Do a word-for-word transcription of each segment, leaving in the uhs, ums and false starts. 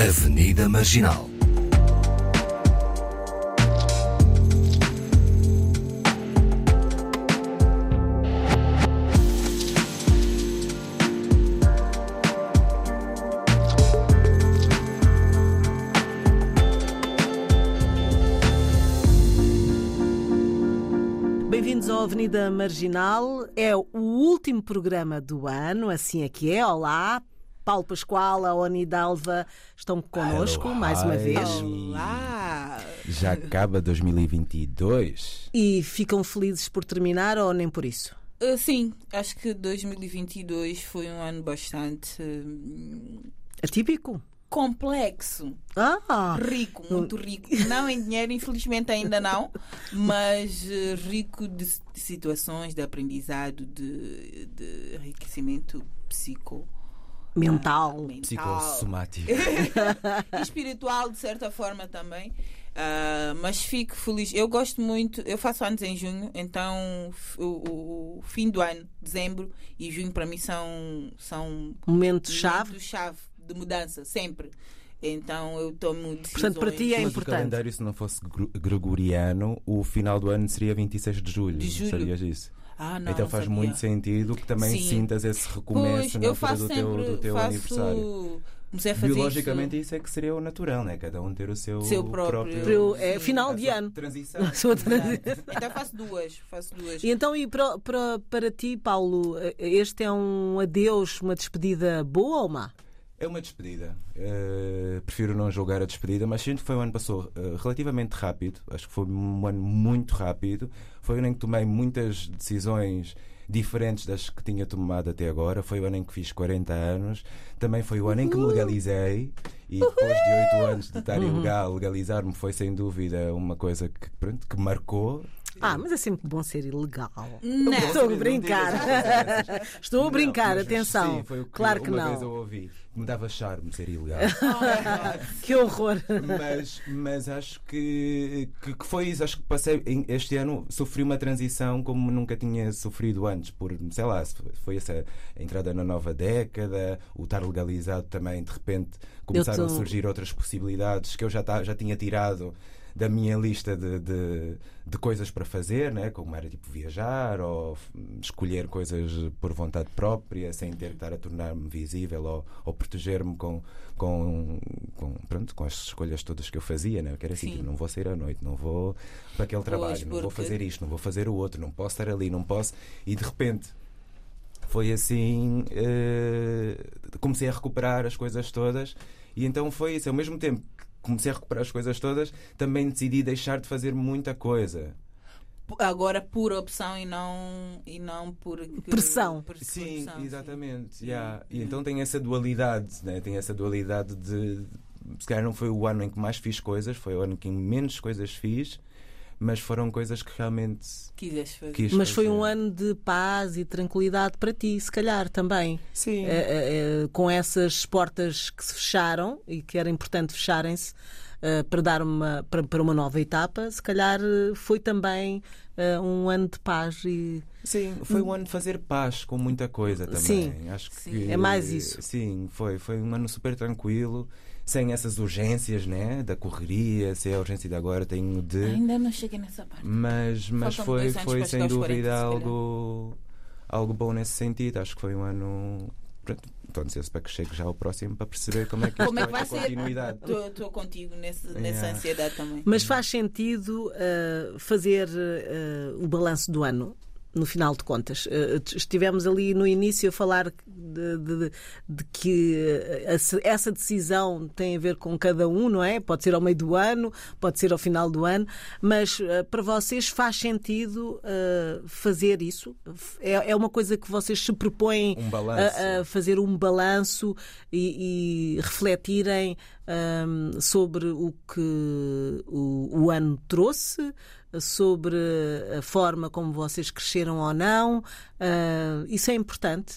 Avenida Marginal. Bem-vindos ao Avenida Marginal. É o último programa do ano, assim é que é. Olá, Paulo Pascoal, a Oni Dalva estão connosco Hello, mais uma hi. vez. Olá! Já acaba dois mil e vinte e dois. E ficam felizes por terminar ou nem por isso? Uh, sim, acho que dois mil e vinte e dois foi um ano bastante uh, Atípico? complexo, Ah! rico, muito rico. Não em dinheiro, infelizmente ainda não, mas uh, rico de, de situações, de aprendizado, de, de enriquecimento psico. Mental. uh, mental. Psicossomático. E espiritual, de certa forma também. Uh, mas fico feliz. Eu gosto muito. Eu faço anos em junho, então o, o, o fim do ano, dezembro e junho, para mim são são Momento-chave. momento-chave de mudança, sempre. Então eu tomo decisões. Portanto, para ti é Mas o importante. calendário, se não fosse gr- gregoriano, o final do ano seria vinte e seis de julho. De julho. Sabias isso? Ah, não, então não faz sabia. muito sentido que também Sim. sintas esse recomeço Pois, na eu altura faço do teu, sempre, do teu faço, aniversário. comecei a fazer Biologicamente isso. isso é que seria o natural, né? Cada um ter o seu, Seu próprio- Pro- é Sim. final a de sua ano. Transição. A sua transi- Então faço duas, faço duas. E então, e para, para, para ti, Paulo, este é um adeus, uma despedida boa ou má? É uma despedida. Uh, prefiro não julgar a despedida, mas sinto que foi um ano que passou uh, relativamente rápido. Acho que foi um ano muito rápido. Foi um ano em que tomei muitas decisões diferentes das que tinha tomado até agora. Foi o ano em que fiz quarenta anos. Também foi o ano em que me legalizei. E depois de oito anos de estar ilegal, legalizar-me foi sem dúvida uma coisa que, pronto, que marcou. Ah, mas é sempre bom ser ilegal. Não. Estou a brincar. Estou a Não, brincar, mas atenção. Sim, foi o que Claro que uma não. vez eu ouvi. Me dava charme ser ilegal. Que horror. mas, mas acho que, que, que foi isso. Acho que passei em- este ano sofri uma transição como nunca tinha sofrido antes, por, sei lá, foi essa a entrada na nova década, o estar legalizado também, de repente começaram tô- a surgir outras possibilidades que eu já, tá, já tinha tirado da minha lista de, de, de coisas para fazer, né? Como era tipo viajar ou f- escolher coisas por vontade própria, sem ter que estar a tornar-me visível ou, ou proteger-me com, com, com, pronto, com as escolhas todas que eu fazia, né? Que era assim, Sim. tipo, não vou sair à noite, não vou para aquele trabalho, Pois, não vou porque- fazer isto, não vou fazer o outro, não posso estar ali, não posso. E de repente foi assim, eh, comecei a recuperar as coisas todas. E então foi isso, ao mesmo tempo que comecei a recuperar as coisas todas, também decidi deixar de fazer muita coisa. Agora por opção e não, e não por Pressão. por- por Sim, pressão, exatamente. sim. Yeah. E Sim. então tem essa dualidade, né? Tem essa dualidade de. Se calhar não foi o ano em que mais fiz coisas, foi o ano em que menos coisas fiz, mas foram coisas que realmente Quiseste fazer. quis Mas foi fazer. um ano de paz e tranquilidade para ti, se calhar também. Sim. Eh, eh, eh, com essas portas que se fecharam e que era importante fecharem-se eh, para dar uma, para, para uma nova etapa, se calhar eh, foi também eh, um ano de paz e Sim, foi um ano de fazer paz com muita coisa também. Sim. Acho que Sim. É mais isso. Sim, foi, foi um ano super tranquilo, sem essas urgências, né, da correria, sem a urgência de agora tenho de. Ainda não cheguei nessa parte. Mas, mas Faltam-me foi, dois anos foi para sem chegar aos quarenta, dúvida se calhar. algo, algo bom nesse sentido. Acho que foi um ano. Pronto, estou ansioso para que chegue já ao próximo para perceber como é que isto Como é que vai ter ser? continuidade. Estou contigo nesse, nessa Yeah. ansiedade também. Mas faz sentido uh, fazer uh, o balanço do ano, no final de contas. Uh, estivemos ali no início a falar de, de- de que uh, essa decisão tem a ver com cada um, não é? Pode ser ao meio do ano, pode ser ao final do ano, mas uh, para vocês faz sentido uh, fazer isso? É, é uma coisa que vocês se propõem Um balanço. a, a fazer um balanço e, e refletirem hum, sobre o que o, o ano trouxe, sobre a forma como vocês cresceram ou não. Ah, isso é importante.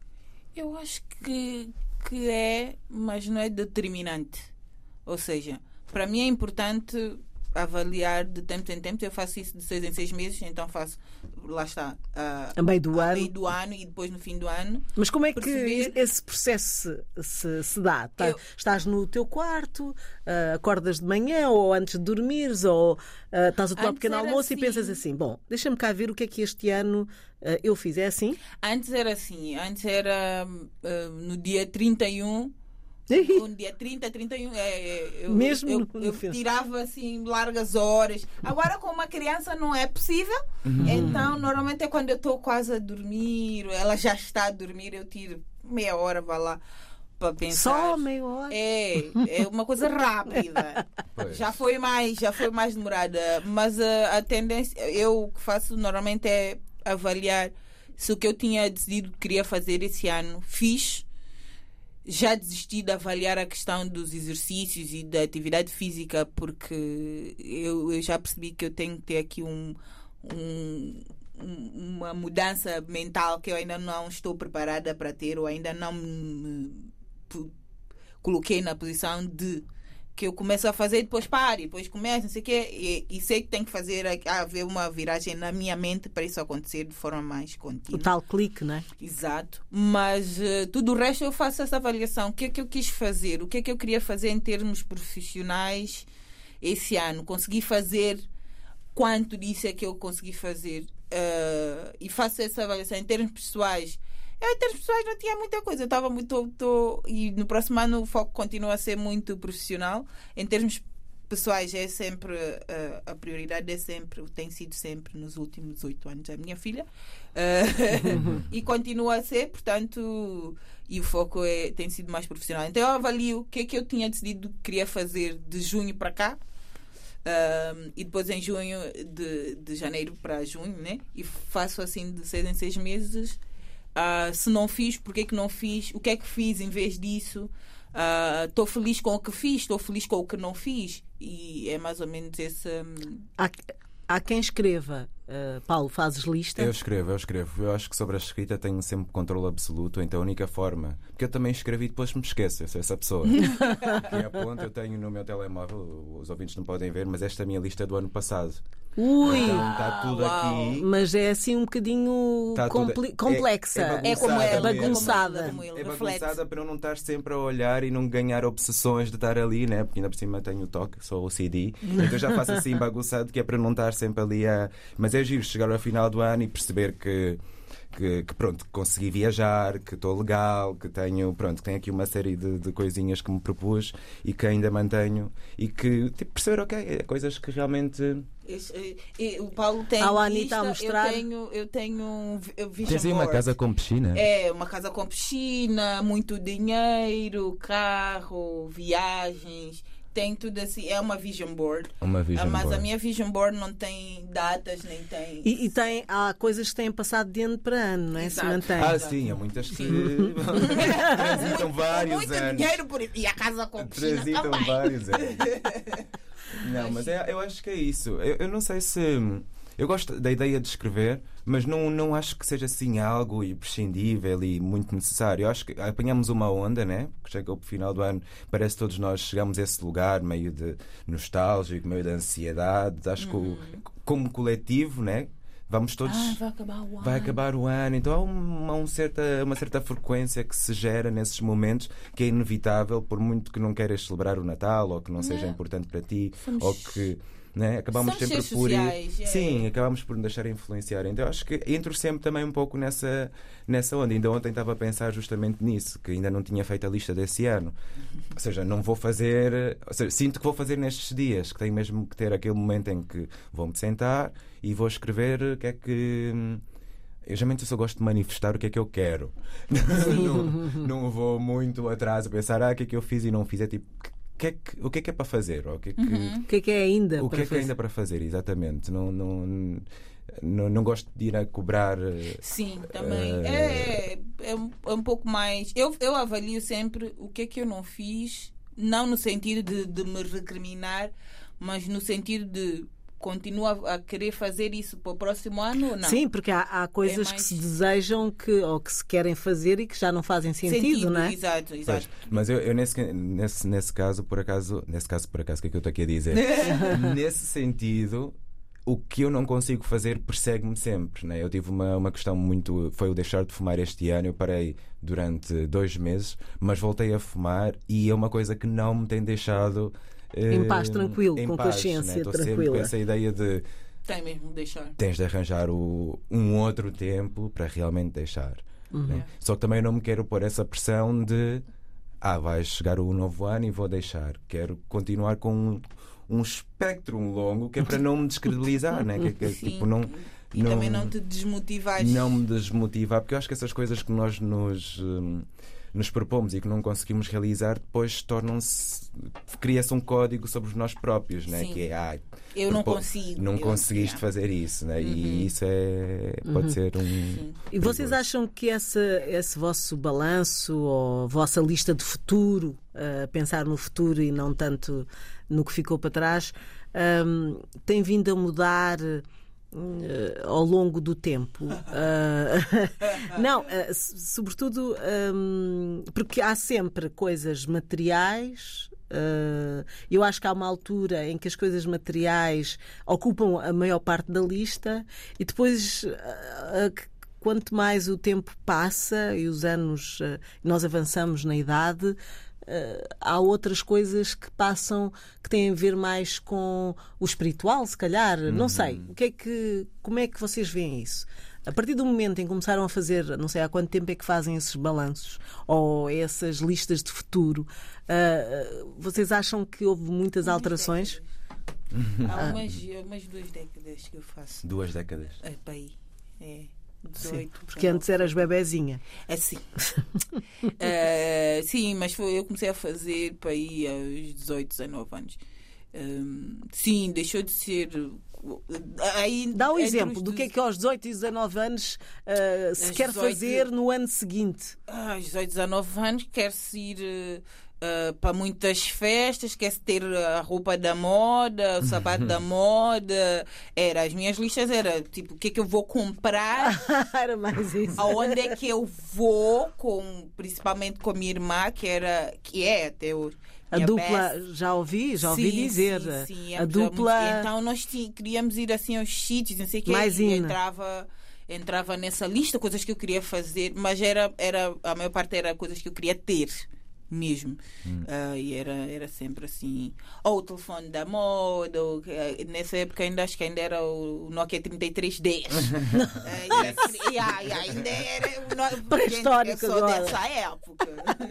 Eu acho que, que é, mas não é determinante. Ou seja, para mim é importante avaliar de tempo em tempo. Eu faço isso de seis em seis meses, então faço, lá está, uh, a meio do a ano. meio do ano e depois no fim do ano. Mas como é que perceber... esse processo se, se, se dá? Tá, Eu... Estás no teu quarto, uh, acordas de manhã ou antes de dormires, ou uh, estás a tomar um pequeno almoço assim... e pensas assim, bom, deixa-me cá ver o que é que este ano uh, eu fiz. É assim? Antes era assim, antes era uh, no dia trinta e um. No dia trinta, trinta e um, é, eu, Mesmo eu, no, eu, no eu tirava assim largas horas. Agora, com uma criança não é possível, uhum. Então normalmente é quando eu estou quase a dormir, ela já está a dormir, eu tiro meia hora, vá lá para pensar. Só meia hora? É, é uma coisa rápida. Já foi mais, já foi mais demorada, mas a, a tendência, eu que faço normalmente é avaliar se o que eu tinha decidido que queria fazer esse ano fiz. Já desisti de avaliar a questão dos exercícios e da atividade física, porque eu, eu já percebi que eu tenho que ter aqui um, um, uma mudança mental que eu ainda não estou preparada para ter, ou ainda não me coloquei na posição de que eu começo a fazer e depois paro, e depois começo, não sei o quê, e, e sei que tem que fazer haver uma viragem na minha mente para isso acontecer de forma mais contínua. O tal clique, não é? Exato. Mas uh, tudo o resto eu faço essa avaliação. O que é que eu quis fazer? O que é que eu queria fazer em termos profissionais esse ano? Consegui fazer quanto disso é que eu consegui fazer? Uh, e faço essa avaliação em termos pessoais. Eu, em termos pessoais, não tinha muita coisa. Eu estava muito. Tô, e no próximo ano o foco continua a ser muito profissional. Em termos pessoais, é sempre. Uh, a prioridade é sempre. Tem sido sempre nos últimos oito anos a minha filha. Uh, e continua a ser, portanto. E o foco é, tem sido mais profissional. Então eu avalio o que é que eu tinha decidido que queria fazer de junho para cá. Uh, e depois em junho, de, de janeiro para junho, né? E faço assim de seis em seis meses. Uh, se não fiz, porque é que não fiz, o que é que fiz em vez disso, estou uh, feliz com o que fiz, estou feliz com o que não fiz, e é mais ou menos esse. Um... Há, há quem escreva, uh, Paulo, fazes lista? Eu escrevo, eu escrevo. Eu acho que sobre a escrita tenho sempre controle absoluto, então a única forma, porque eu também escrevi e depois me esqueço, eu sou essa pessoa. E a ponto eu tenho no meu telemóvel, os ouvintes não podem ver, mas esta é a minha lista do ano passado. Ui! Então está tudo Uau. aqui. Mas é assim um bocadinho compli- tudo, complexa. É, é, é como é ela, bagunçada. como ele, É reflete. bagunçada para eu não estar sempre a olhar e não ganhar obsessões de estar ali, né? Porque ainda por cima tenho o toque, sou o C D. Então já faço assim bagunçado, que é para não estar sempre ali a. Mas é giro chegar ao final do ano e perceber que. Que, que pronto, consegui viajar, que estou legal, que tenho, pronto, que tenho aqui uma série de, de coisinhas que me propus e que ainda mantenho e que tipo, perceber, ok, é coisas que realmente. Esse, e, o Paulo tem Há a Anitta lista, a mostrar. Eu tenho, eu tenho um vision Tens aí uma board. casa com piscina? É, uma casa com piscina, muito dinheiro, carro, viagens. Tem tudo assim, é uma vision board. Uma vision Mas board. a minha vision board não tem datas, nem tem. E, e tem, há coisas que têm passado de ano para ano, não é? Exato. Se mantém. Ah, sim, há muitas que transitam vários muito anos. dinheiro por isso. E a casa com piscina Transitam também. vários anos. Não, mas é, eu acho que é isso. Eu, eu não sei se. Eu gosto da ideia de escrever, mas não, não acho que seja assim algo imprescindível e muito necessário. Eu acho que apanhamos uma onda, né? Que chega ao final do ano, parece que todos nós chegamos a esse lugar meio de nostálgico, meio de ansiedade. Acho que Uhum. o, como coletivo, né? Vamos todos. Ah, vai acabar o ano. Vai acabar o ano, então há uma, um certa, uma certa frequência que se gera nesses momentos que é inevitável, por muito que não queiras celebrar o Natal ou que não seja Não. importante para ti, Somos- ou que né, acabamos Somos sempre seres por ir- sociais, é. sim, acabamos por nos deixar influenciar. Então acho que entro sempre também um pouco nessa, nessa onda. Ainda ontem estava a pensar justamente nisso, que ainda não tinha feito a lista desse ano. Ou seja, não vou fazer, ou seja, sinto que vou fazer nestes dias, que tenho mesmo que ter aquele momento em que vou-me sentar e vou escrever o que é que. Eu geralmente só gosto de manifestar o que é que eu quero. não, não vou muito atrás a pensar ah, o que é que eu fiz e não fiz. É tipo, o que é que, o que, é, que é para fazer? Ou o que é que, O que é que é ainda o para que é que é fazer? ainda para fazer? Exatamente. Não, não, não, não gosto de ir a cobrar. eh, Sim, também. Eh, É, é, um, é um pouco mais. Eu, eu avalio sempre o que é que eu não fiz, não no sentido de, de me recriminar, mas no sentido de continua a querer fazer isso para o próximo ano ou não? Sim, porque há, há coisas É mais... que se desejam que, ou que se querem fazer e que já não fazem sentido, sentido, não é? Exato, exato. Pois, mas eu, eu nesse, nesse, nesse caso, por acaso, nesse caso, por acaso, o que é que eu estou aqui a dizer? Nesse sentido, o que eu não consigo fazer persegue-me sempre, né? Eu tive uma, uma questão muito. Foi o deixar de fumar este ano. Eu parei durante dois meses, mas voltei a fumar e é uma coisa que não me tem deixado. Em paz, tranquilo, em com paz, consciência né? Estou sempre tranquila. com essa ideia de Tem mesmo de deixar. tens de arranjar o, um outro tempo para realmente deixar. Uhum. Né? Só que também não me quero pôr essa pressão de ah, vai chegar o novo ano e vou deixar. Quero continuar com um, um espectro longo que é para não me descredibilizar, né? que, que, Sim. tipo, não, E não, também não te desmotivares. não me desmotivar, porque eu acho que essas coisas que nós nos, hum, nos propomos e que não conseguimos realizar, depois tornam-se. Cria-se um código sobre nós próprios, né? Sim. Que é ah, Eu não propô- consigo. não eu- conseguiste yeah. fazer isso, né? Uhum. E isso é, pode ser um. Sim. E vocês perigoso. acham que essa, esse vosso balanço ou vossa lista de futuro, uh, pensar no futuro e não tanto no que ficou para trás, um, tem vindo a mudar uh, ao longo do tempo? Uh, não, uh, s- sobretudo um, porque há sempre coisas materiais. Uh, eu acho que há uma altura em que as coisas materiais ocupam a maior parte da lista e depois, uh, uh, quanto mais o tempo passa e os anos, uh, nós avançamos na idade, uh, há outras coisas que passam que têm a ver mais com o espiritual, se calhar. Não sei. O que é que, como é que vocês veem isso? A partir do momento em que começaram a fazer, não sei há quanto tempo é que fazem esses balanços ou essas listas de futuro, uh, vocês acham que houve muitas alterações? Há umas, umas duas décadas que eu faço. Duas décadas. É para aí. É. Sim, dezoito, porque antes eras bebezinha. Assim. Eh, sim, mas foi, eu comecei a fazer para aí aos dezoito, dezanove anos. Um, sim, deixou de ser. Aí, Dá um entre exemplo os do que é doze- que aos dezoito e dezenove anos uh, se Aos quer dezoito fazer no ano seguinte. Ah, aos dezoito, dezanove anos, quer-se ir uh, para muitas festas, quer-se ter a roupa da moda, o sapato da moda. Era, as minhas listas eram tipo, o que é que eu vou comprar, Era mais isso. aonde é que eu vou, com, principalmente com a minha irmã, que, era, que é até hoje. A minha dupla, best. já ouvi, já ouvi Sim, dizer. sim, sim, a íamos dupla. muito- Então nós ti- queríamos ir assim aos sítios, não sei o que, Mais e ina. entrava, entrava nessa lista, coisas que eu queria fazer, mas era, era, a maior parte era coisas que eu queria ter mesmo. Ah, e era, era sempre assim. Ou o telefone da moda, ou, eh, nessa época ainda acho que ainda era o Nokia trinta e três dez. Ah, ainda, yeah, yeah, ainda era o no- Pré-histórico eu sou agora. dessa época.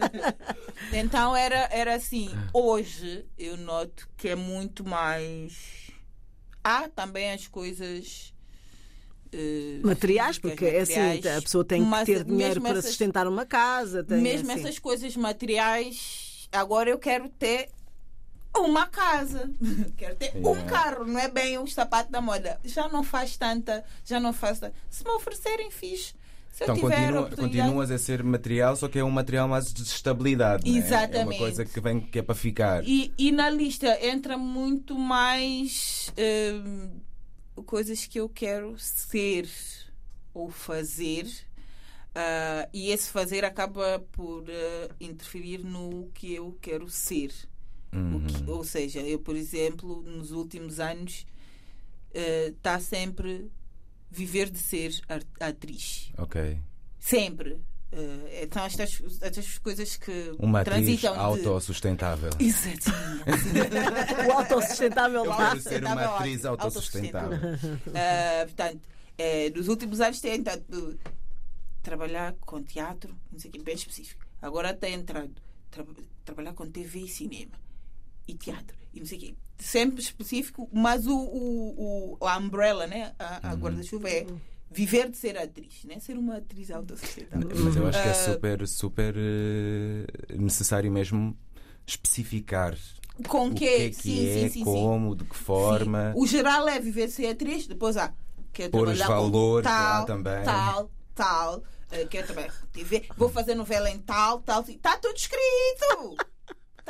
Então era, era assim. Hoje eu noto que é muito mais. Há também as coisas. eh, Materiais, físicas, porque é assim, materiais, a pessoa tem que mas ter dinheiro mesmo para essas- sustentar uma casa. Tem, Mesmo assim. essas coisas materiais, agora eu quero ter uma casa, quero ter um Yeah. carro, não é bem um sapato da moda. Já não faz tanta, já não faz tanta. Se me oferecerem, fiz. Se Então eu tiver a continua, oportunidade. continuas a ser material, só que é um material mais de estabilidade. né? É uma Exatamente. coisa que vem que é para ficar. E, e na lista entra muito mais hum, coisas que eu quero ser ou fazer. Ah, e esse fazer acaba por ah, interferir no que eu quero ser. O que- ou seja, eu, por exemplo, nos últimos anos está sempre viver de ser ar- atriz. Ok. Sempre. Eh, então estas, estas coisas que Uma atriz transitam de... autossustentável. Exatamente. O autossustentável Eu lá. quero ser uma Autossustentável, atriz autossustentável. Eh, portanto, eh, nos últimos anos tem entrado trabalhar com teatro, não sei o que, bem específico. Agora tem entrado tra trabalhar com T V e cinema e teatro e não sei o que. Sempre específico, mas o, o, o a umbrella, né? a, a guarda-chuva é viver de ser atriz, né? Ser uma atriz autossustentável. Mas eu acho que é Ah, super, super eh, necessário mesmo especificar com o que, que é que sim, é, sim, sim, sim. como, de que forma. Sim. O geral é viver ser atriz, depois há quer Pôr os trabalhar com valores tal, lá também. Tal, tal, uh, quer trabalhar com T V, vou fazer novela em tal, tal, está tudo escrito. Está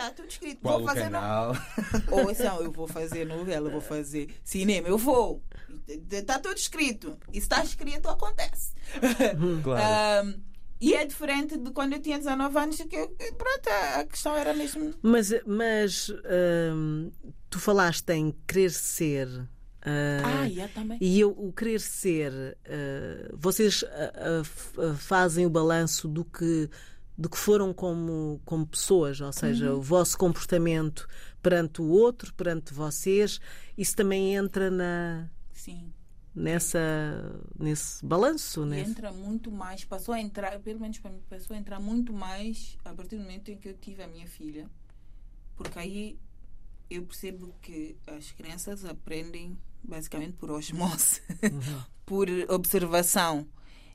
está tudo escrito. Qual vou o fazer canal? No... Ou então, eu vou fazer novela, vou fazer cinema, eu vou. Está tudo escrito. E se está escrito, acontece. Claro. um, e é diferente de quando eu tinha dezanove anos, que eu, pronto, a questão era mesmo. Mas, mas hum, tu falaste em querer ser. Uh, ah, yeah, também. E eu, o querer ser, uh, vocês uh, uh, fazem o balanço do que, do que foram como, como pessoas, ou seja, uhum. o vosso comportamento perante o outro, perante vocês, isso também entra na. Sim. Nessa, nesse balanço, né? Entra muito mais, passou a entrar, pelo menos para mim, passou a entrar muito mais a partir do momento em que eu tive a minha filha, porque aí eu percebo que as crianças aprendem basicamente por osmose, uhum. por observação,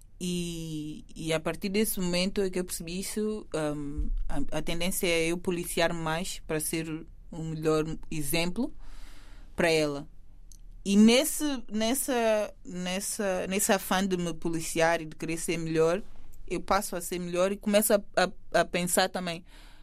e, e a partir desse momento é que eu percebi isso. Um, a, a tendência é eu policiar mais para ser um melhor exemplo para ela. E nesse, nessa, nessa, nesse afã de me policiar e de querer ser melhor, eu passo a ser melhor e começo a, a, a pensar também,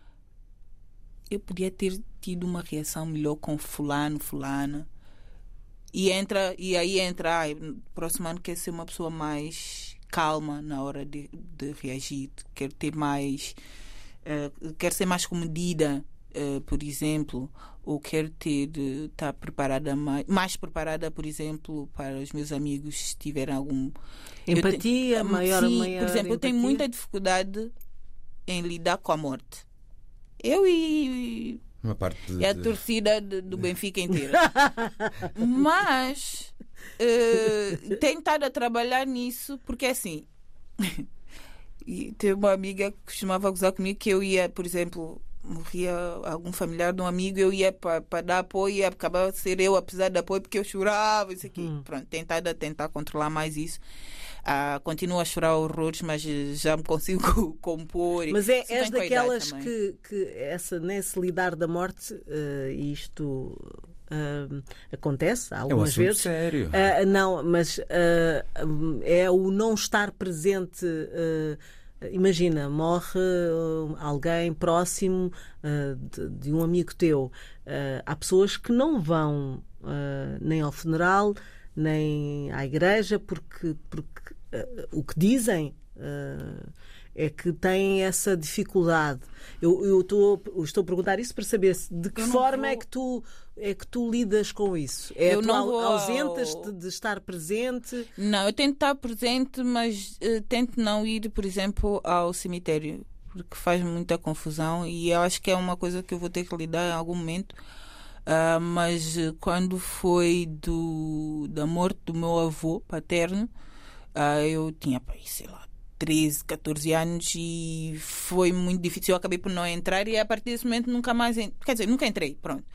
eu podia ter tido uma reação melhor com fulano, fulana. E, entra, e aí entra, ai, próximo ano quer ser uma pessoa mais calma na hora de, de reagir, quer ter mais, uh, quer ser mais comedida, uh, por exemplo, ou quero ter de estar preparada mais, mais preparada, por exemplo, para os meus amigos se tiverem algum empatia, tenho, maior, sim, maior por exemplo, empatia. Eu tenho muita dificuldade em lidar com a morte. Eu e, Uma parte de... e a torcida de, do Benfica inteira. Mas uh, tenho estado a trabalhar nisso, porque assim e tem uma amiga que costumava gozar comigo que eu ia, por exemplo, morria algum familiar de um amigo, eu ia para dar apoio e acabava de ser eu, apesar de apoio, porque eu chorava, isso aqui. Hum. Pronto, tentado a tentar controlar mais isso. Ah, continuo a chorar horrores, mas já me consigo compor. Mas é, és daquelas que, que essa, nesse lidar da morte, uh, isto uh, acontece algumas é um vezes. Sério? Uh, não, mas uh, é o não estar presente. Uh, Imagina, morre uh, alguém próximo uh, de, de um amigo teu. Uh, há pessoas que não vão uh, nem ao funeral, nem à igreja, porque, porque uh, o que dizem uh, é que têm essa dificuldade. Eu, eu, tô, eu estou a perguntar isso para saber se, de que forma vou... é, que tu, é que tu lidas com isso. É eu tu não vou... ausentas-te de estar presente? Não, eu tento estar presente, mas uh, tento não ir, por exemplo, ao cemitério, porque faz muita confusão e eu acho que é uma coisa que eu vou ter que lidar em algum momento. Uh, mas uh, quando foi do, da morte do meu avô paterno, uh, eu tinha, sei lá, treze, catorze anos e foi muito difícil. Eu acabei por não entrar e a partir desse momento nunca mais, ent... quer dizer, nunca entrei, pronto.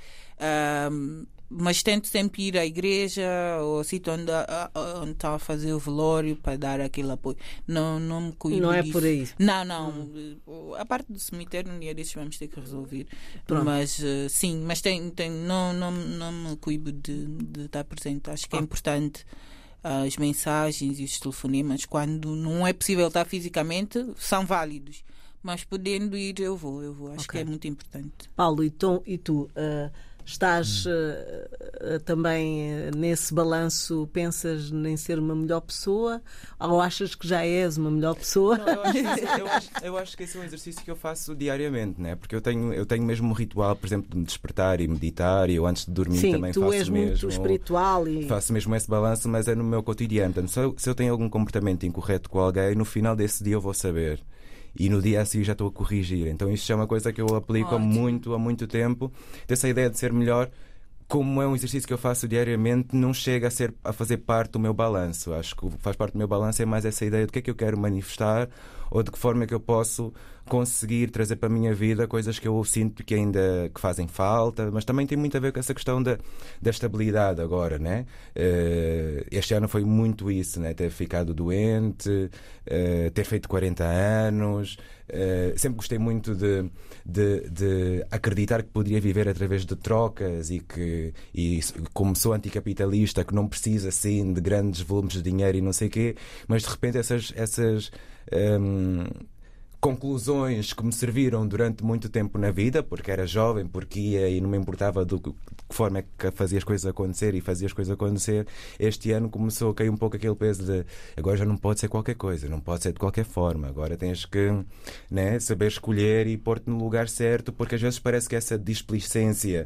Uh, mas tento sempre ir à igreja ou ao sítio onde, onde está a fazer o velório para dar aquele apoio. Não, não me cuido Não é disso. por aí? Não, não. Hum. A parte do cemitério, um dia desses vamos ter que resolver. Pronto. Mas uh, sim, mas tem, tem, não, não, não me cuido de, de estar presente. Acho que é importante as mensagens e os telefonemas, quando não é possível estar fisicamente, são válidos. Mas podendo ir, eu vou. Eu vou. Acho okay. que é muito importante. Paulo, e, tom, e tu? Uh, estás uh, uh, também uh, nesse balanço, pensas em ser uma melhor pessoa ou achas que já és uma melhor pessoa? Não, eu, acho que, eu, acho, eu acho que esse é um exercício que eu faço diariamente, né? Porque eu tenho, eu tenho mesmo um ritual, por exemplo, de me despertar e meditar, e eu antes de dormir Sim, também tu faço és mesmo. Muito espiritual e... Faço mesmo esse balanço, mas é no meu cotidiano. Portanto, se eu, se eu tenho algum comportamento incorreto com alguém, no final desse dia eu vou saber. E no dia a seguir já estou a corrigir. Então isto é uma coisa que eu aplico há muito, há muito tempo. Essa ideia de ser melhor, como é um exercício que eu faço diariamente, não chega a, ser, a fazer parte do meu balanço. Acho que faz parte do meu balanço é mais essa ideia do que é que eu quero manifestar ou de que forma é que eu posso conseguir trazer para a minha vida coisas que eu sinto que ainda que fazem falta, mas também tem muito a ver com essa questão da, da estabilidade agora, né? Uh, este ano foi muito isso, né? Ter ficado doente, uh, ter feito quarenta anos. Uh, sempre gostei muito de, de, de acreditar que poderia viver através de trocas e que, e como sou anticapitalista, que não precisa assim de grandes volumes de dinheiro e não sei o quê, mas de repente essas, essas um, conclusões que me serviram durante muito tempo na vida, porque era jovem, porque ia e não me importava do que, de que forma é que fazia as coisas acontecer e fazia as coisas acontecer. Este ano começou a cair um pouco aquele peso de agora já não pode ser qualquer coisa, não pode ser de qualquer forma, agora tens que, né, saber escolher e pôr-te no lugar certo, porque às vezes parece que essa displicência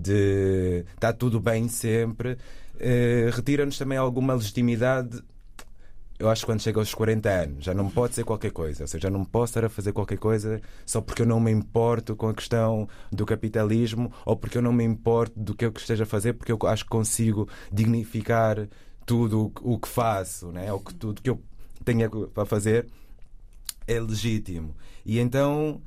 de está tudo bem sempre eh, retira-nos também alguma legitimidade. Eu acho que quando chega aos quarenta anos já não pode ser qualquer coisa, ou seja, já não posso estar a fazer qualquer coisa só porque eu não me importo com a questão do capitalismo ou porque eu não me importo do que eu esteja a fazer, porque eu acho que consigo dignificar tudo o que faço, né? Ou que tudo que eu tenho para fazer é legítimo. E então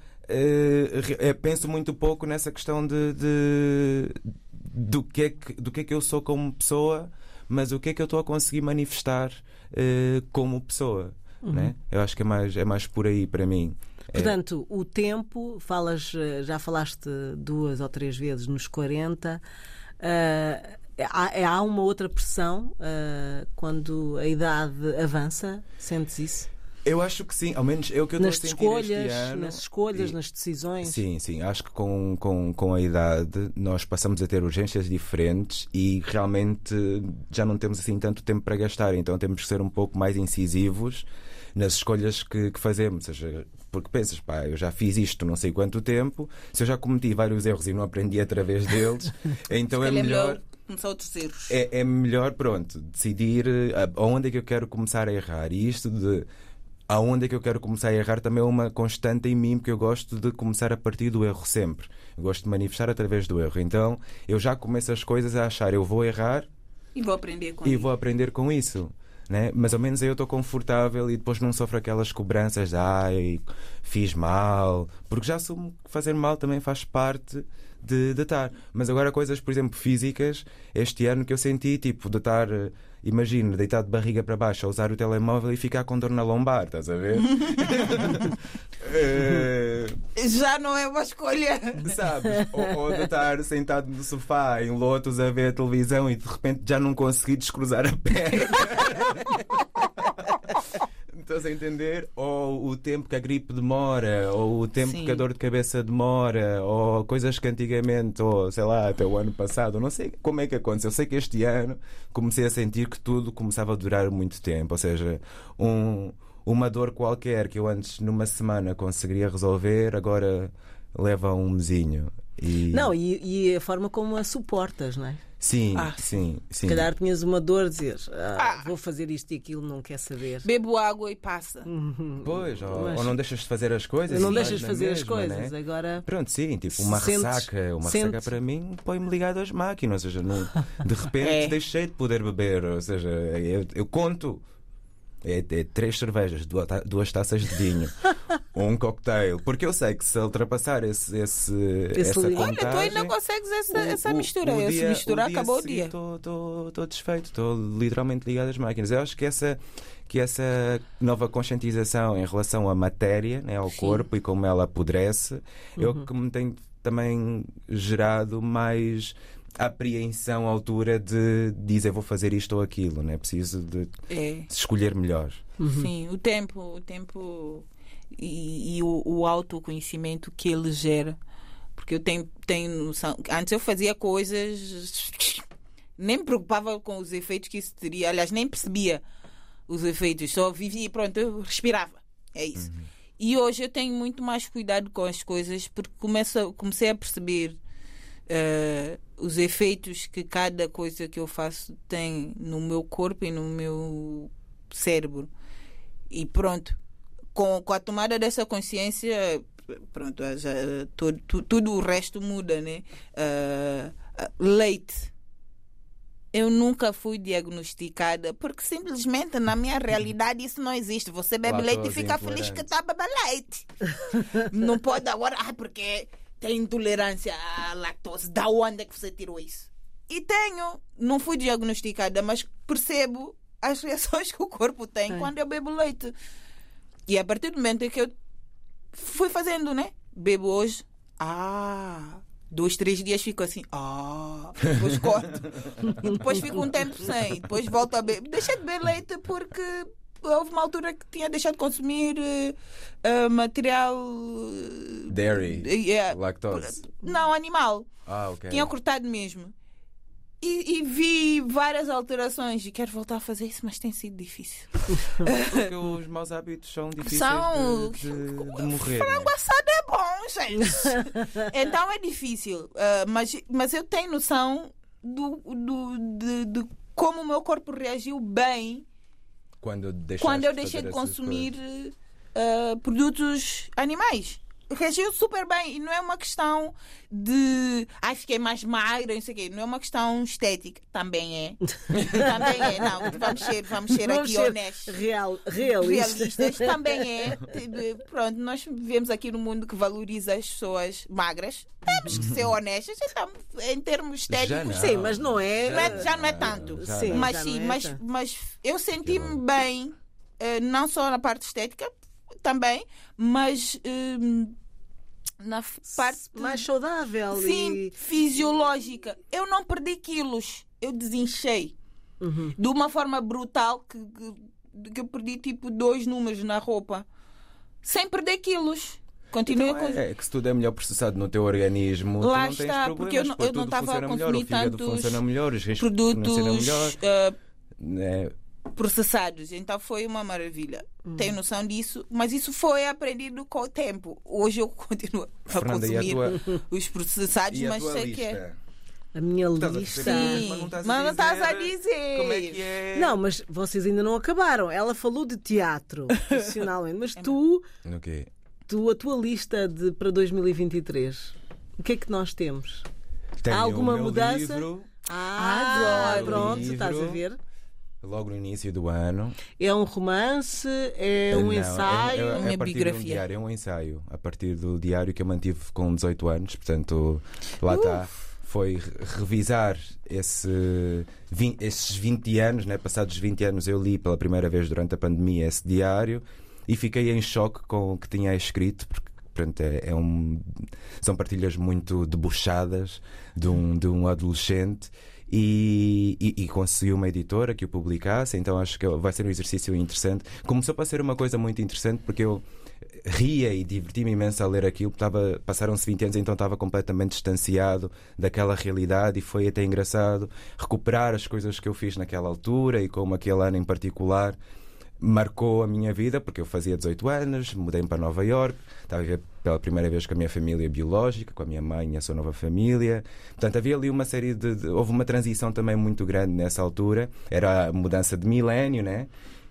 eh, penso muito pouco nessa questão de, de do, que é que, do que é que eu sou como pessoa, mas o que é que eu estou a conseguir manifestar uh, como pessoa, uhum. né? Eu acho que é mais, é mais por aí para mim. Portanto, é... o tempo, falas, já falaste duas ou três vezes nos quarenta, uh, há, há uma outra pressão uh, quando a idade avança? Sentes isso? Eu acho que sim, ao menos é o que eu nas estou a sentir escolhas, este ano. Nas escolhas, e, nas decisões. Sim, sim. Acho que com, com, com a idade nós passamos a ter urgências diferentes e realmente já não temos assim tanto tempo para gastar. Então temos que ser um pouco mais incisivos nas escolhas que, que fazemos. Ou seja, porque pensas, pá, eu já fiz isto não sei quanto tempo, se eu já cometi vários erros e não aprendi através deles, então é melhor... começar outros erros. É, é melhor, pronto, decidir aonde é que eu quero começar a errar. E isto de aonde é que eu quero começar a errar também é uma constante em mim, porque eu gosto de começar a partir do erro sempre. Eu gosto de manifestar através do erro. Então eu já começo as coisas a achar, eu vou errar e vou aprender com e isso. vou aprender com isso. Né? Mas ao menos aí eu estou confortável e depois não sofro aquelas cobranças de ai, fiz mal, porque já assumo que fazer mal também faz parte de, de estar. Mas agora coisas, por exemplo, físicas, este ano que eu senti, tipo, de estar, imagina, deitado de barriga para baixo a usar o telemóvel e ficar com dor na lombar, estás a ver? é... Já não é uma escolha. Sabes? Ou, ou de estar sentado no sofá em lotos a ver a televisão e de repente já não consegui descruzar a perna. Estás a entender? Ou o tempo que a gripe demora, ou o tempo Sim. que a dor de cabeça demora, ou coisas que antigamente, ou sei lá, até o ano passado, não sei como é que aconteceu. Eu sei que este ano comecei a sentir que tudo começava a durar muito tempo. Ou seja, um, uma dor qualquer que eu antes numa semana conseguiria resolver, agora leva um mesinho. E... Não, e, e a forma como a suportas, não é? Sim, ah, sim, sim. Se calhar tinhas uma dor, dizer ah, ah. vou fazer isto e aquilo, não quer saber. Bebo água e passa. Uhum. Pois, ou, Mas... ou não deixas de fazer as coisas. Não deixas de fazer mesma, as coisas. Né? Agora... Pronto, sim, tipo uma sentes, ressaca. Uma sentes... ressaca para mim põe-me ligado às máquinas. Ou seja, não, de repente é. deixei de poder beber. Ou seja, eu, eu conto. É, é três cervejas, duas, duas taças de vinho, um cocktail, porque eu sei que se ultrapassar esse, esse, esse essa olha, contagem, tu ainda consegues essa, o, essa mistura. O, o dia, se misturar, o dia acabou o dia. Estou desfeito, estou literalmente ligado às máquinas. Eu acho que essa, que essa nova conscientização em relação à matéria, né, ao Sim. corpo e como ela apodrece, uhum. é o que me tem também gerado mais apreensão à altura de dizer vou fazer isto ou aquilo, né? Preciso de é. escolher melhor. Uhum. Sim, o tempo, o tempo e, e o, o autoconhecimento que ele gera, porque eu tenho, tenho noção. Antes eu fazia coisas, nem me preocupava com os efeitos que isso teria, aliás, nem percebia os efeitos, só vivia e pronto, eu respirava. É isso. Uhum. E hoje eu tenho muito mais cuidado com as coisas porque começo, comecei a perceber Uh, os efeitos que cada coisa que eu faço tem no meu corpo e no meu cérebro. E pronto, com, com a tomada dessa consciência, pronto, já, todo, tu, tudo o resto muda, né? Uh, uh, leite. Eu nunca fui diagnosticada porque simplesmente na minha realidade isso não existe. Você bebe Lactose leite e fica feliz que está bebendo leite. Não pode agora, ah, porque tem intolerância à lactose. Da onde é que você tirou isso? E tenho. Não fui diagnosticada, mas percebo as reações que o corpo tem é. quando eu bebo leite. E a partir do momento em que eu fui fazendo, né? Bebo hoje. Ah... Dois, três dias fico assim, ah, depois corto. E depois fico um tempo sem. Depois volto a beber. Deixei de beber leite porque houve uma altura que tinha deixado de consumir uh, uh, material. Dairy, uh, yeah, lactose. Não, animal. Ah, ok. Tinha cortado mesmo. E, e vi várias alterações e quero voltar a fazer isso, mas tem sido difícil. Porque os maus hábitos são difíceis São... de, de, de morrer. Frango assado é bom, gente. Então é difícil. Uh, mas, mas eu tenho noção do, do, de, de como o meu corpo reagiu bem quando, quando eu deixei de consumir uh, produtos animais. Reagiu super bem e não é uma questão de ai, fiquei mais magra, não sei o quê. Não é uma questão estética. Também é. Também é. Não, vamos ser, vamos ser Vamos aqui ser honestos. real, realistas. Realistas. Também é. Pronto, nós vivemos aqui num mundo que valoriza as pessoas magras. Temos que ser honestas. Então, em termos estéticos. Sim, mas não é. Não é- já não é tanto. Já Sim, não. Mas já sim, não é mas, tanto. mas eu senti-me bem, eh, não só na parte estética, também, mas eh, na f- parte mais saudável. sim, E... fisiológica. Eu não perdi quilos, eu desinchei. Uhum. De uma forma brutal que, que, que eu perdi tipo dois números na roupa. Sem perder quilos. Continuei Então, a consumir. é, é que se tudo é melhor processado no teu organismo, tu Lá não tens está, problemas, porque eu não- eu tudo não estava a funciona melhor, consumir o fígado tantos funciona melhor, os rins funcionam Produtos melhor. eh, né? processados. Então foi uma maravilha. Hum. Tenho noção disso, mas isso foi aprendido com o tempo. Hoje eu continuo a Fernanda, e a consumir tua, os processados, e a mas tua sei lista? que é. A minha Estás a lista. perceber? Sim, Mas não estás a mas não estás a dizer dizer. Como é que é? Não, mas vocês ainda não acabaram. Ela falou de teatro, profissionalmente, mas tu, No quê? tu, a tua lista de, para dois mil e vinte e três, o que é que nós temos? Tenho Há alguma o meu mudança? livro, Ah, Adoro. pronto, Livro. estás a ver? logo no início do ano. É um romance, é um Não, é- ensaio. É, é, Uma a partir biografia. de um diário, é um ensaio. A partir do diário que eu mantive com dezoito anos, portanto, lá está. Foi re- revisar esse, vin- esses vinte anos, né? Passados vinte anos, eu li pela primeira vez durante a pandemia esse diário e fiquei em choque com o que tinha escrito, porque pronto, é, é um, são partilhas muito debochadas de um, de um adolescente. E, e, e consegui uma editora que o publicasse, então acho que vai ser um exercício interessante. Começou para ser uma coisa muito interessante porque eu ria e diverti-me imenso a ler aquilo. Estava, passaram-se vinte anos, então estava completamente distanciado daquela realidade e foi até engraçado recuperar as coisas que eu fiz naquela altura e como aquele ano em particular marcou a minha vida, porque eu fazia dezoito anos, mudei-me para Nova Iorque, estava a viver pela primeira vez com a minha família biológica, com a minha mãe e a sua nova família. Portanto, havia ali uma série de, de... Houve uma transição também muito grande nessa altura. Era a mudança de milénio, né?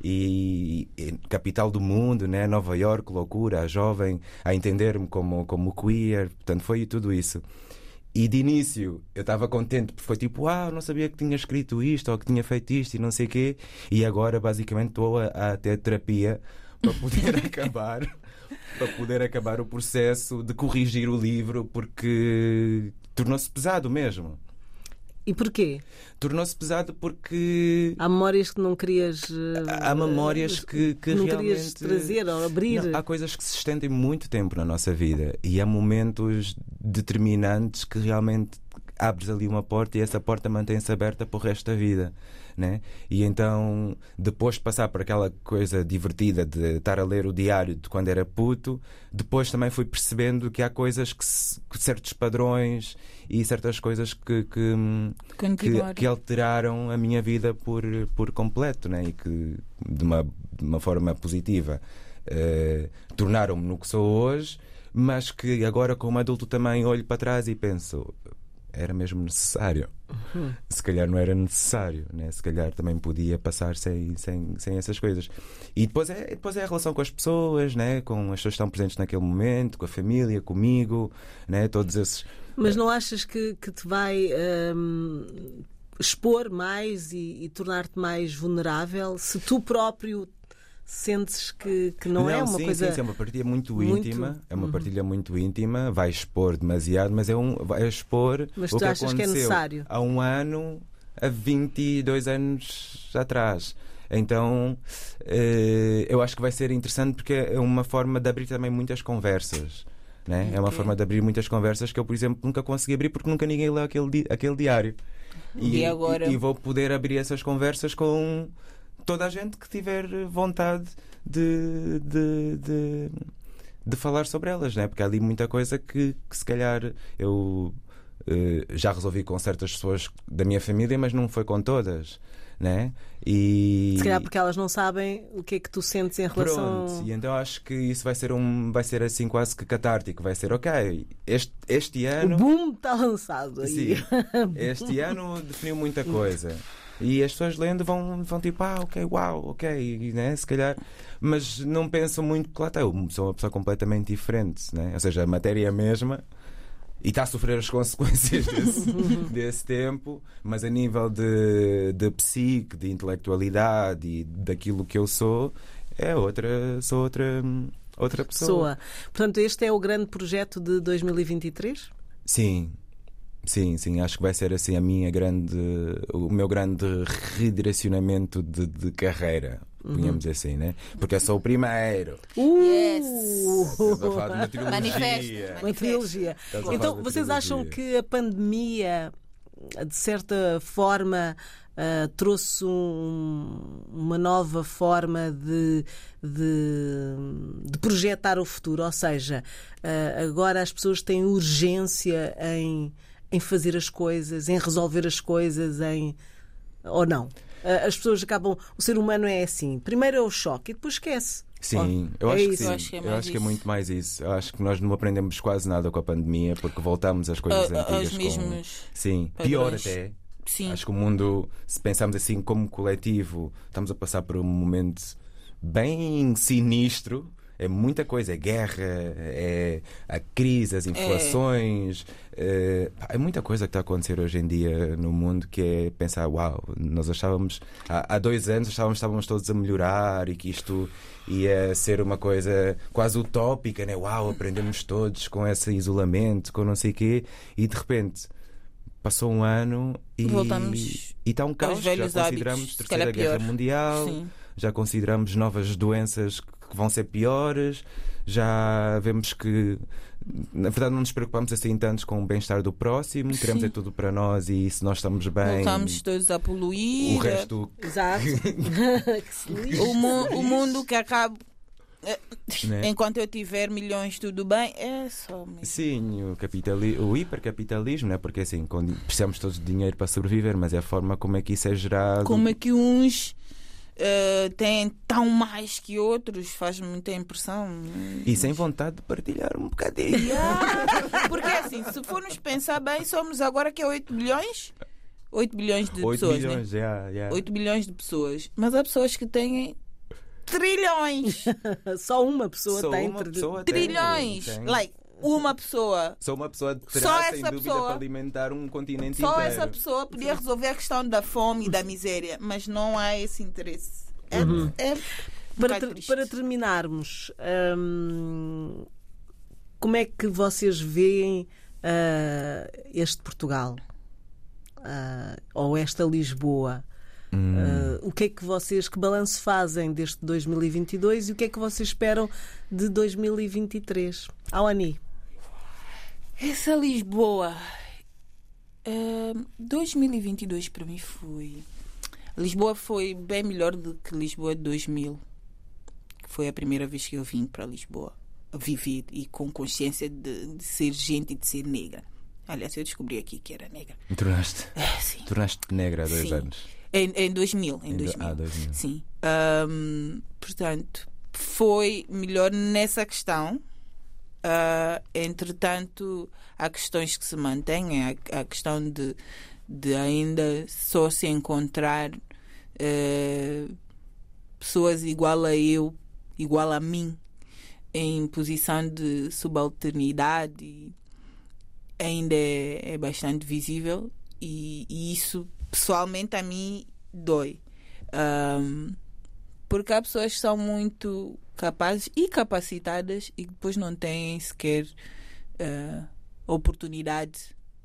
E, e capital do mundo, né? Nova Iorque, loucura, a jovem, a entender-me como, como queer. Portanto, foi tudo isso. E de início eu estava contente porque foi tipo, ah, não sabia que tinha escrito isto ou que tinha feito isto e não sei o quê. E agora basicamente estou a, a ter terapia para poder acabar para poder acabar o processo de corrigir o livro, porque tornou-se pesado mesmo. E porquê? Tornou-se pesado porque Há memórias que não querias. eh, há memórias que, que não realmente querias trazer ou abrir. Não, há coisas que se estendem muito tempo na nossa vida e há momentos determinantes que realmente abres ali uma porta e essa porta mantém-se aberta para o resto da vida, né? E então, depois de passar por aquela coisa divertida de estar a ler o diário de quando era puto, depois também fui percebendo que há coisas que, se, que certos padrões e certas coisas que, que, que, que alteraram a minha vida por, por completo, né? E que de uma, de uma forma positiva eh, tornaram-me no que sou hoje, mas que agora como adulto também olho para trás e penso, era mesmo necessário. Uhum. Se calhar não era necessário, né? Se calhar também podia passar sem, sem, sem essas coisas. E depois é, depois é a relação com as pessoas, né? Com as pessoas que estão presentes naquele momento, com a família, comigo, né? Todos esses. Mas não achas que, que te vai hum, expor mais e, e tornar-te mais vulnerável se tu próprio sentes que, que não, não é uma sim, coisa... Sim, sim, é uma partilha muito, muito... íntima. É uma uhum. partilha muito íntima. Vai expor demasiado, mas é um, vai expor mas o tu que achas aconteceu que é necessário? Há um ano, há vinte e dois anos atrás. Então, eh, eu acho que vai ser interessante porque é uma forma de abrir também muitas conversas. Né? Okay. É uma forma de abrir muitas conversas que eu, por exemplo, nunca consegui abrir porque nunca ninguém leu aquele, di- aquele diário. E, e agora? E, e vou poder abrir essas conversas com... toda a gente que tiver vontade de, de, de, de falar sobre elas, né? Porque há ali muita coisa que, que se calhar eu uh, já resolvi com certas pessoas da minha família, mas não foi com todas, né? E se calhar porque elas não sabem o que é que tu sentes em relação... Pronto, e então acho que isso vai ser um vai ser assim quase que catártico. Vai ser ok, este, este ano o boom está lançado aí. Sim, este ano definiu muita coisa. E as pessoas lendo vão, vão tipo, ah, ok, uau, ok, né? Se calhar, mas não pensam muito, porque lá está, eu sou uma pessoa completamente diferente, né? Ou seja, a matéria é a mesma e está a sofrer as consequências desse, desse tempo, mas a nível de, de psique, de intelectualidade e daquilo que eu sou, é outra, sou outra, outra pessoa. pessoa. Portanto, este é o grande projeto de dois mil e vinte e três? Sim. Sim, sim, acho que vai ser assim a minha grande, o meu grande redirecionamento de, de carreira, ponhamos assim, né? Porque eu sou o primeiro. Uh! Yes. Estamos a falar de uma trilogia. Manifesto. Uma trilogia. Estamos a Então, falar de vocês trilogia. acham que a pandemia, de certa forma, uh, trouxe um, uma nova forma de, de, de projetar o futuro? Ou seja, uh, agora as pessoas têm urgência em, em fazer as coisas, em resolver as coisas, em... ou não? Uh, as pessoas acabam... O ser humano é assim. Primeiro é o choque e depois esquece. Sim, Oh, eu é acho que isso. sim. Eu acho que é Eu mais acho que é isso. muito mais isso. Eu acho que nós não aprendemos quase nada com a pandemia porque voltamos às coisas A- a- antigas. aos com- mesmos Sim, padrões. pior até. Sim. Acho que o mundo, se pensarmos assim como coletivo, estamos a passar por um momento bem sinistro. É muita coisa, é guerra, é a crise, as inflações, é, pá, é muita coisa que está a acontecer hoje em dia no mundo que é pensar, uau, nós achávamos, há, há dois anos achávamos que estávamos todos a melhorar e que isto ia ser uma coisa quase utópica, né? Uau, aprendemos todos com esse isolamento, com não sei o quê, e de repente passou um ano e Voltamos e está um caos. Já velhos consideramos hábitos, se Terceira calhar Guerra pior. Mundial, Sim. já consideramos novas doenças que vão ser piores, já vemos que na verdade não nos preocupamos assim tanto com o bem-estar do próximo, queremos Sim. é tudo para nós e se nós estamos bem, Voltamos todos a poluir. o resto Exato. Que se lixe. O, mu- o mundo que acaba. eh, Né? Enquanto eu tiver milhões, tudo bem. É só mesmo. Sim, o, capitali- o hipercapitalismo, né? Porque assim, quando precisamos todos de dinheiro para sobreviver, mas é a forma como é que isso é gerado. Como é que uns eh, têm tão mais que outros? Faz muita impressão. E sem vontade de partilhar um bocadinho. Yeah. Porque assim, se formos pensar bem, somos agora que é oito bilhões? oito bilhões de oito pessoas, milhões, né? yeah, yeah. oito bilhões de pessoas. Mas há pessoas que têm trilhões. Só uma pessoa Só tem uma tri- pessoa tem, Trilhões. tem. Like, uma pessoa. Só uma pessoa terá, Só sem essa dúvida, pessoa- para alimentar um continente Só inteiro. essa pessoa podia resolver a questão da fome e da miséria, mas não há esse interesse. É, é um Para, bocado ter- triste. para terminarmos, hum, como é que vocês veem ah, este Portugal? Ah, ou esta Lisboa? Hum. Ah, o que é que vocês, que balanço fazem deste dois mil e vinte e dois e o que é que vocês esperam de dois mil e vinte e três? Awani. Essa Lisboa. Ahn, dois mil e vinte e dois para mim foi. Lisboa foi bem melhor do que Lisboa de dois mil. Foi a primeira vez que eu vim para Lisboa a viver e com consciência de, de ser gente e de ser negra. Aliás, eu descobri aqui que era negra. Tornaste, É, sim. tornaste negra há dois Sim. anos. Em, em dois mil. Em Em do- dois mil. ah, dois mil. Sim. Ahm, portanto, foi melhor nessa questão. Ah, entretanto, há questões que se mantêm. Há, há questão de, de ainda só se encontrar eh, pessoas igual a eu, igual a mim, em posição de subalternidade. E ainda é, é bastante visível e, e isso pessoalmente a mim dói. Ahm, porque há pessoas que são muito capazes e capacitadas e depois não têm sequer ah, oportunidade.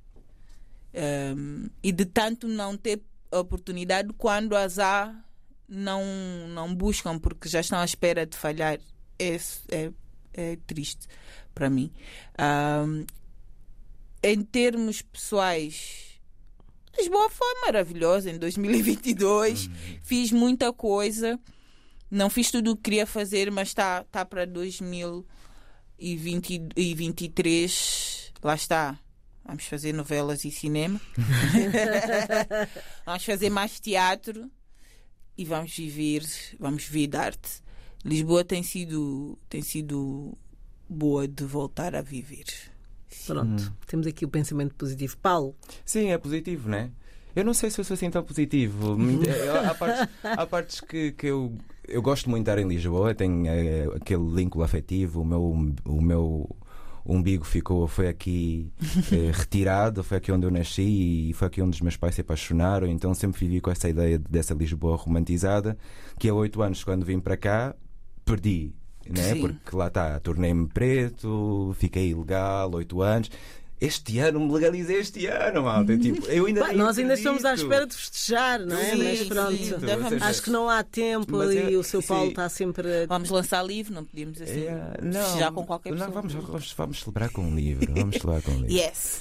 Ahm, e de tanto não ter oportunidade, quando as há, não, não buscam porque já estão à espera de falhar. É, é, é triste para mim. Ahm, em termos pessoais, Lisboa foi maravilhosa em dois mil e vinte e dois. Hum. Fiz muita coisa. Não fiz tudo o que queria fazer, mas está tá para dois mil e vinte e vinte e três. Lá está. Vamos fazer novelas e cinema. Vamos fazer mais teatro. E vamos viver, vamos viver de arte. Lisboa tem sido, tem sido boa de voltar a viver. Pronto, hum. temos aqui o pensamento positivo. Paulo? Sim, é positivo, não é? Eu não sei se eu sou assim tão positivo. Há partes, há partes que, que eu, eu gosto muito de estar em Lisboa. Tenho é, aquele vínculo afetivo. O meu, o meu umbigo ficou, foi aqui é, retirado. Foi aqui onde eu nasci e foi aqui onde os meus pais se apaixonaram. Então sempre vivi com essa ideia dessa Lisboa romantizada, que há oito anos, quando vim para cá, perdi. Né? Porque lá está, tornei-me preto, fiquei ilegal, oito anos. Este ano me legalizei este ano, malta. Tipo, eu ainda bah, nós ainda estamos à espera de festejar, não é? Sim, mas pronto, sim, acho que não há tempo e eu, o seu Paulo sim. está sempre a... Vamos lançar livro, não podíamos assim é, não, festejar com qualquer pessoa. Não, vamos, vamos, vamos celebrar com um livro. Vamos celebrar com um livro. Yes.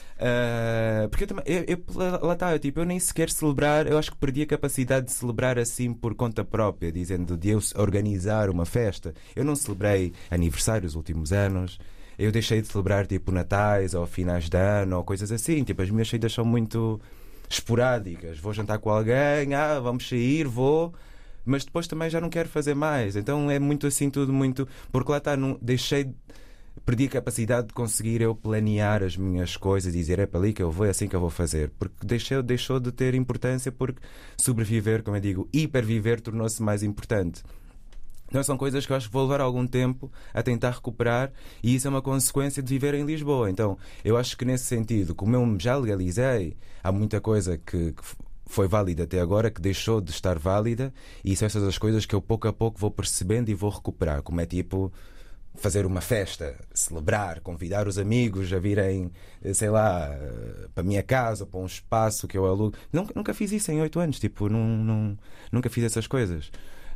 Uh, porque eu também, eu, eu, lá está, eu, tipo, eu nem sequer celebrar, eu acho que perdi a capacidade de celebrar assim por conta própria, dizendo de eu organizar uma festa. Eu não celebrei aniversários nos últimos anos. Eu deixei de celebrar tipo natais ou finais de ano ou coisas assim. Tipo, as minhas saídas são muito esporádicas. Vou jantar com alguém, ah, vamos sair, vou, mas depois também já não quero fazer mais. Então é muito assim, tudo muito. Porque lá está, não, deixei, perdi a capacidade de conseguir eu planear as minhas coisas e dizer é para ali que eu vou, é assim que eu vou fazer. Porque deixei, deixou de ter importância, porque sobreviver, como eu digo, hiperviver tornou-se mais importante. Então são coisas que eu acho que vou levar algum tempo a tentar recuperar e isso é uma consequência de viver em Lisboa. Então eu acho que nesse sentido, como eu me já legalizei, há muita coisa que, que foi válida até agora que deixou de estar válida e são essas as coisas que eu pouco a pouco vou percebendo e vou recuperar, como é tipo fazer uma festa, celebrar, convidar os amigos a virem, sei lá, para a minha casa, para um espaço que eu alugo. Nunca, nunca fiz isso em oito anos, tipo, não, não, nunca fiz essas coisas.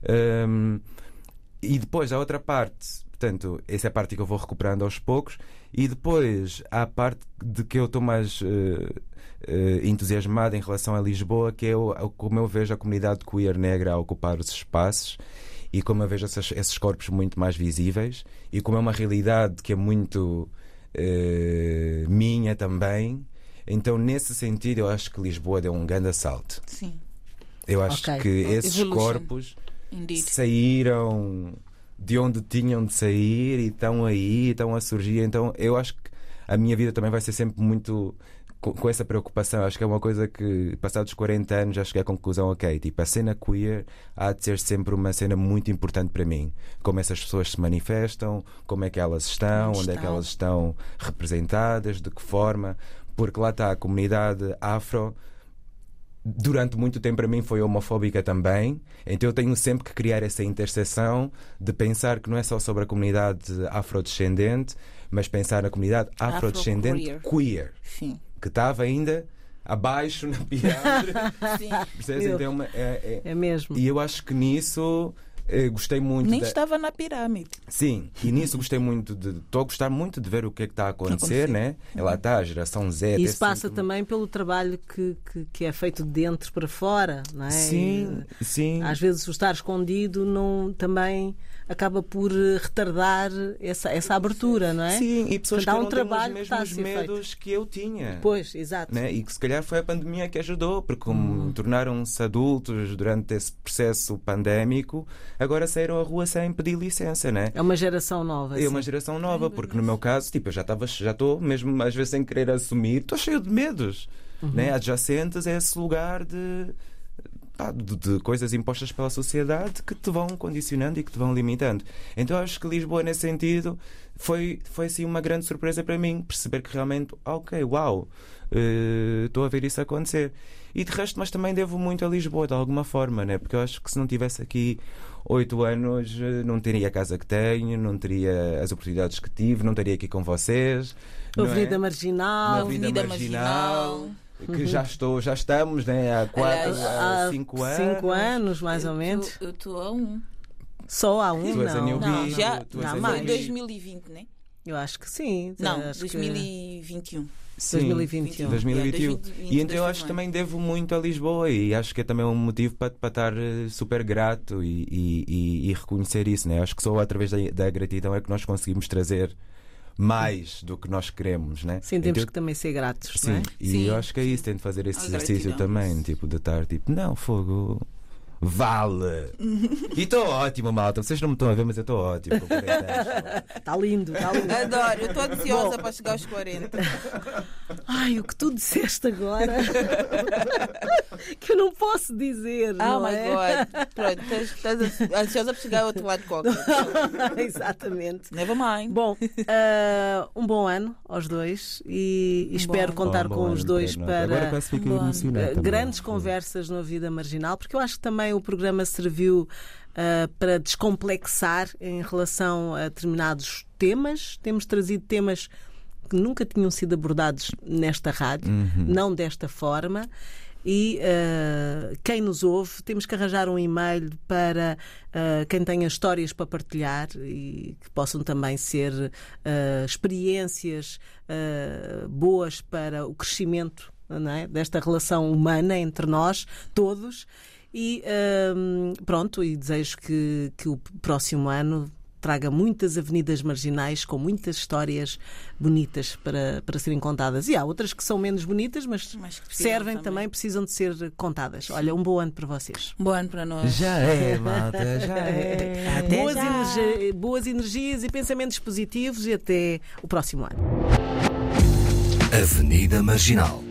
Um, E depois há outra parte, portanto, essa é a parte que eu vou recuperando aos poucos, e depois há a parte de que eu estou mais uh, uh, entusiasmado em relação a Lisboa, que é o, como eu vejo a comunidade queer negra a ocupar os espaços e como eu vejo esses, esses corpos muito mais visíveis e como é uma realidade que é muito uh, minha também. Então, nesse sentido, eu acho que Lisboa deu um grande salto. Sim. Eu acho okay. que esses Evolution. corpos Indeed. saíram de onde tinham de sair e estão aí, estão a surgir. Então eu acho que a minha vida também vai ser sempre muito com, com essa preocupação. Acho que é uma coisa que, passados quarenta anos, já cheguei à conclusão, ok, tipo, a cena queer há de ser sempre uma cena muito importante para mim. Como essas pessoas se manifestam, como é que elas estão, onde, onde é que elas estão representadas, de que forma, porque lá está a comunidade afro. Durante muito tempo para mim foi homofóbica também, então eu tenho sempre que criar essa interseção de pensar que não é só sobre a comunidade afrodescendente, mas pensar na comunidade afrodescendente Afro queer, Sim. que estava ainda abaixo na pirâmide. Sim. Então, é, é, é mesmo. E eu acho que nisso eh, gostei muito. Nem de... estava na pirâmide. Sim, e nisso gostei muito de. Estou a gostar muito de ver o que é que está a acontecer, né? Uhum. Lá está, a geração Z. Isso passa cinco... também pelo trabalho que, que, que é feito de dentro para fora, não é? Sim, e, sim. Às vezes o estar escondido não, também acaba por retardar essa, essa abertura, não é? Sim, e pessoas Portanto, que há um não trabalho têm os que mesmos está a ser medos feito. que eu tinha. Pois, exato. Né? E que se calhar foi a pandemia que ajudou, porque como hum. tornaram-se adultos durante esse processo pandémico, agora saíram à rua sem pedir licença, né? É uma geração nova. É sim. uma geração nova, porque no meu caso, tipo, eu já estava, já estou, mesmo às vezes sem querer assumir, estou cheio de medos. Uhum. Né? Adjacentes a esse lugar de, pá, de, de coisas impostas pela sociedade que te vão condicionando e que te vão limitando. Então acho que Lisboa, nesse sentido, foi, foi assim uma grande surpresa para mim, perceber que realmente, ok, uau, uh, estou a ver isso acontecer. E de resto, mas também devo muito a Lisboa, de alguma forma, né? Porque eu acho que se não tivesse aqui oito anos, não teria a casa que tenho, não teria as oportunidades que tive, não estaria aqui com vocês. A Avenida Marginal. Na Avenida Marginal. Marginal. Que já, estou, já estamos, né, há quatro, há cinco anos. Cinco anos, mais ou menos. Eu estou a um. Só há um, tu és não. a Newbie, não, já tu, tu não, és mais. a dois mil e vinte, né? Eu acho que sim. Não, acho dois mil e vinte e um. Sim, dois mil e vinte e um. dois mil e vinte e um. Yeah, dois mil e vinte, E então eu acho que dois mil e vinte. também devo muito a Lisboa e acho que é também um motivo para, para estar eh, super grato e, e, e- e reconhecer isso, né? Acho que só através da, da gratidão é que nós conseguimos trazer mais do que nós queremos, né? Sim, temos Então, que também ser gratos, sim, não é? e Sim, eu acho que é sim. isso, tento fazer esse A exercício gratidão. também, tipo, de estar tipo, não, fogo. Vale! E estou ótimo, malta. Vocês não me estão a ver, mas eu estou ótimo. Com quarenta anos. Está lindo, está lindo. Adoro, eu estou ansiosa para chegar aos quarenta. Ai, o que tu disseste agora que eu não posso dizer. Oh não my é? God. Pronto, estás, estás ansiosa para chegar ao outro lado qualquer. Exatamente. Never mind. Bom, ah, um bom ano aos dois e espero Bom. contar Bom, com bom os ano dois para nós. Agora para quase fiquei Bom ano. emocionado. ah, também. grandes conversas no Vida Marginal, porque eu acho que também o programa serviu ah, para descomplexar em relação a determinados temas. Temos trazido temas que nunca tinham sido abordados nesta rádio, não desta forma. E uh, quem nos ouve, temos que arranjar um e-mail para uh, quem tenha histórias para partilhar e que possam também ser uh, experiências uh, boas para o crescimento, não é? Desta relação humana entre nós todos. E um, pronto, e desejo que, que o próximo ano traga muitas avenidas marginais com muitas histórias bonitas para, para serem contadas. E há outras que são menos bonitas, mas, Mas que precisam servem também. também, precisam de ser contadas. Olha, um bom ano para vocês. Bom ano para nós. Já é, malta, já é. Até Boas, já. energi- boas energias e pensamentos positivos e até o próximo ano. Avenida Marginal.